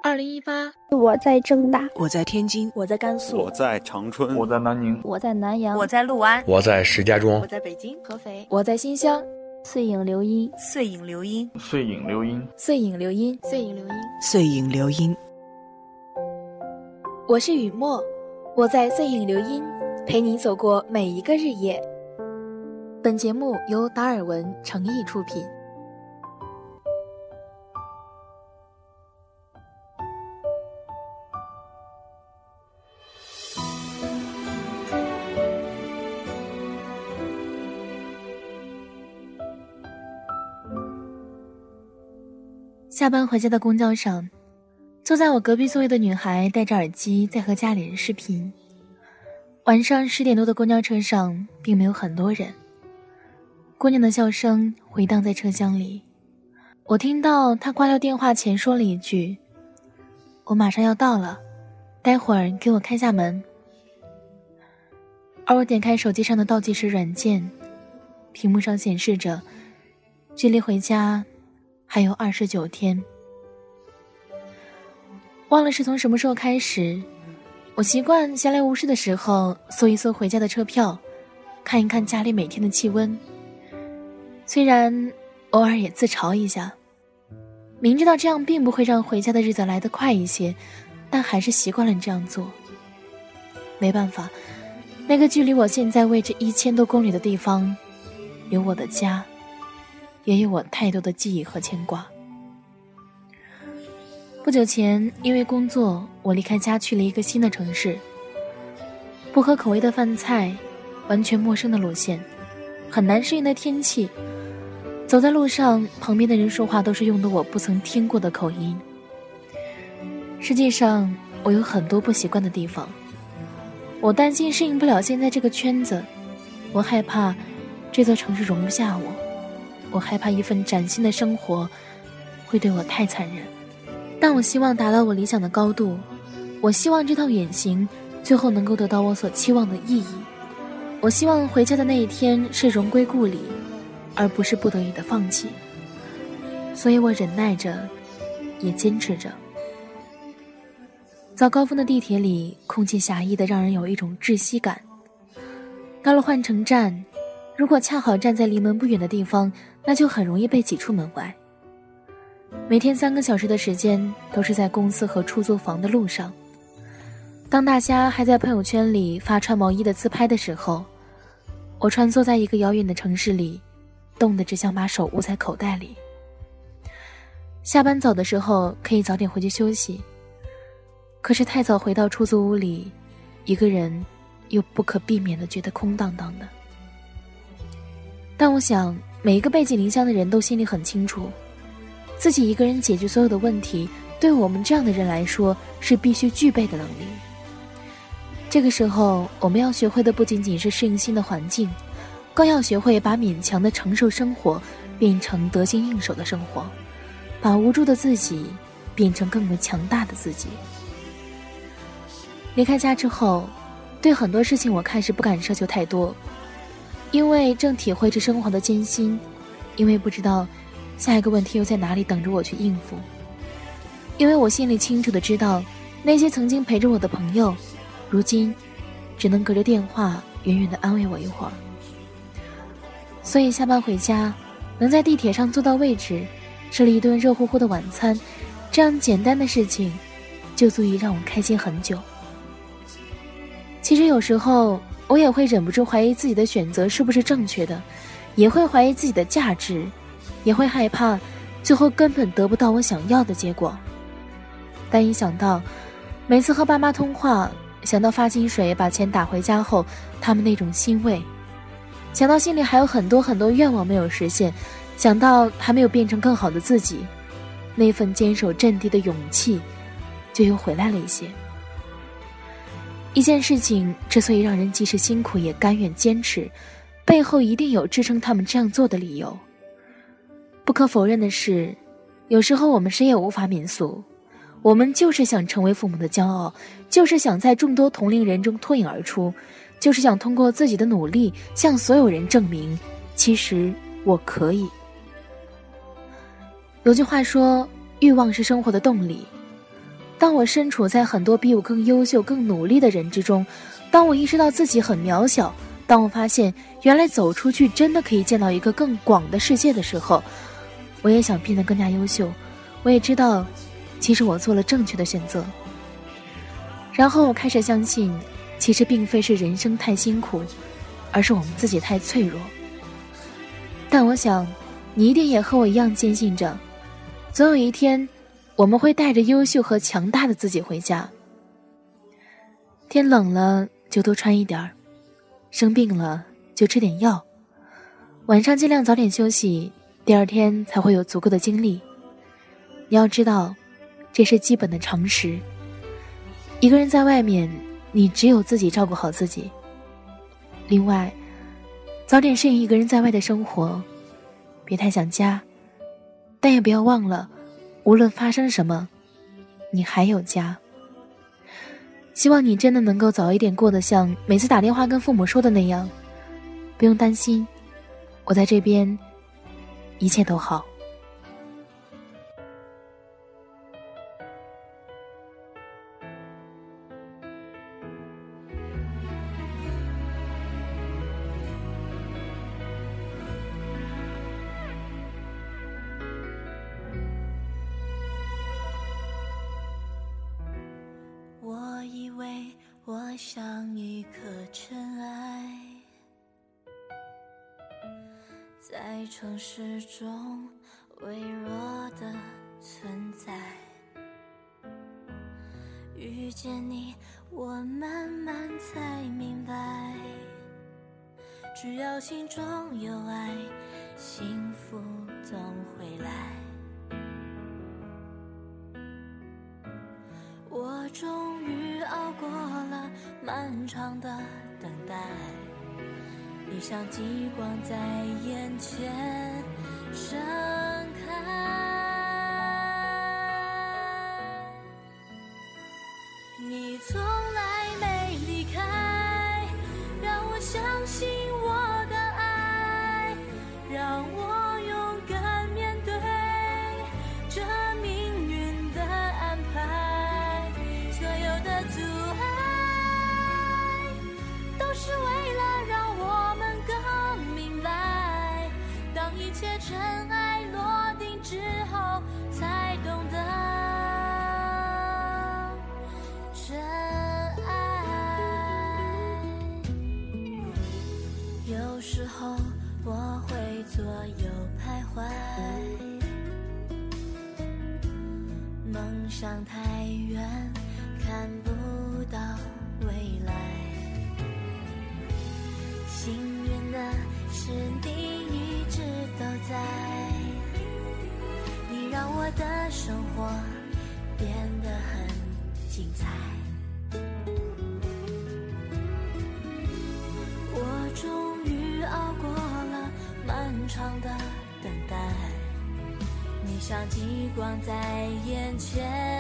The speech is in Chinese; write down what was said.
2018， 我在正大， 我在天津， 我在甘肃， 我在长春， 我在南宁， 我在南阳， 我在六安， 我在石家庄， 我在北京合肥， 我在新乡。碎影流音， 碎影流音， 碎影流音， 碎影流音， 碎影流音， 碎影流音。 我是雨墨，我在碎影流音陪你走过每一个日夜。本节目由达尔文诚意出品。下班回家的公交上，坐在我隔壁座位的女孩戴着耳机在和家里人视频。晚上10点多的公交车上并没有很多人，姑娘的笑声回荡在车厢里。我听到她挂掉电话前说了一句：我马上要到了，待会儿给我开下门。而我点开手机上的倒计时软件，屏幕上显示着距离回家还有29天。忘了是从什么时候开始，我习惯闲来无事的时候搜一搜回家的车票，看一看家里每天的气温。虽然偶尔也自嘲一下，明知道这样并不会让回家的日子来得快一些，但还是习惯了这样做。没办法，那个距离我现在位置1000多公里的地方，有我的家，也有我太多的记忆和牵挂。不久前因为工作，我离开家去了一个新的城市。不合口味的饭菜，完全陌生的路线，很难适应的天气。走在路上，旁边的人说话都是用的我不曾听过的口音。实际上我有很多不习惯的地方，我担心适应不了现在这个圈子，我害怕这座城市容不下我，我害怕一份崭新的生活会对我太残忍。但我希望达到我理想的高度，我希望这趟远行最后能够得到我所期望的意义。我希望回家的那一天是荣归故里，而不是不得已的放弃。所以我忍耐着，也坚持着。早高峰的地铁里，空气狭义的让人有一种窒息感。到了换乘站，如果恰好站在离门不远的地方，那就很容易被挤出门外。每天3个小时的时间都是在公司和出租房的路上。当大家还在朋友圈里发穿毛衣的自拍的时候，我穿梭在一个遥远的城市里，冻得只想把手捂在口袋里。下班早的时候可以早点回去休息，可是太早回到出租屋里，一个人又不可避免地觉得空荡荡的。但我想每一个背井离乡的人都心里很清楚，自己一个人解决所有的问题，对我们这样的人来说是必须具备的能力。这个时候我们要学会的不仅仅是适应新的环境，更要学会把勉强的承受生活变成得心应手的生活，把无助的自己变成更为强大的自己。离开家之后，对很多事情我开始不敢奢求太多，因为正体会着生活的艰辛，因为不知道下一个问题又在哪里等着我去应付，因为我心里清楚地知道，那些曾经陪着我的朋友，如今只能隔着电话远远地安慰我一会儿。所以下班回家，能在地铁上坐到位置，吃了一顿热乎乎的晚餐，这样简单的事情就足以让我开心很久。其实有时候我也会忍不住怀疑自己的选择是不是正确的，也会怀疑自己的价值，也会害怕最后根本得不到我想要的结果。但一想到每次和爸妈通话，想到发薪水把钱打回家后他们那种欣慰，想到心里还有很多很多愿望没有实现，想到还没有变成更好的自己，那份坚守阵地的勇气就又回来了一些。一件事情之所以让人即使辛苦也甘愿坚持，背后一定有支撑他们这样做的理由。不可否认的是，有时候我们谁也无法免俗，我们就是想成为父母的骄傲，就是想在众多同龄人中脱颖而出，就是想通过自己的努力向所有人证明，其实我可以。有句话说，欲望是生活的动力。 当我身处在很多比我更优秀、更努力的人之中，当我意识到自己很渺小，当我发现原来走出去真的可以见到一个更广的世界的时候，我也想变得更加优秀。我也知道，其实我做了正确的选择。然后我开始相信，其实并非是人生太辛苦，而是我们自己太脆弱。但我想，你一定也和我一样坚信着，总有一天，我们会带着优秀和强大的自己回家。天冷了就多穿一点儿，生病了就吃点药，晚上尽量早点休息，第二天才会有足够的精力。你要知道，这是基本的常识。一个人在外面，你只有自己照顾好自己。另外，早点适应一个人在外的生活，别太想家，但也不要忘了，无论发生什么，你还有家。希望你真的能够早一点过得像每次打电话跟父母说的那样，不用担心，我在这边，一切都好。 我以为我像一颗尘埃，在城市中微弱的存在。遇见你，我慢慢才明白，只要心中有爱，幸福总会来。我终于熬过了漫长的等待，你像极光在眼前盛开。你从来没离开，让我相信我的爱，让我勇敢面对这命运的安排。所有的阻碍都是为了让我们更明白，当一切尘埃落定之后，才懂得真爱。有时候我会左右徘徊，梦想太远，看不到未来。幸运的是你一直都在，你让我的生活变得很精彩。我终于熬过了漫长的等待，你像极光在眼前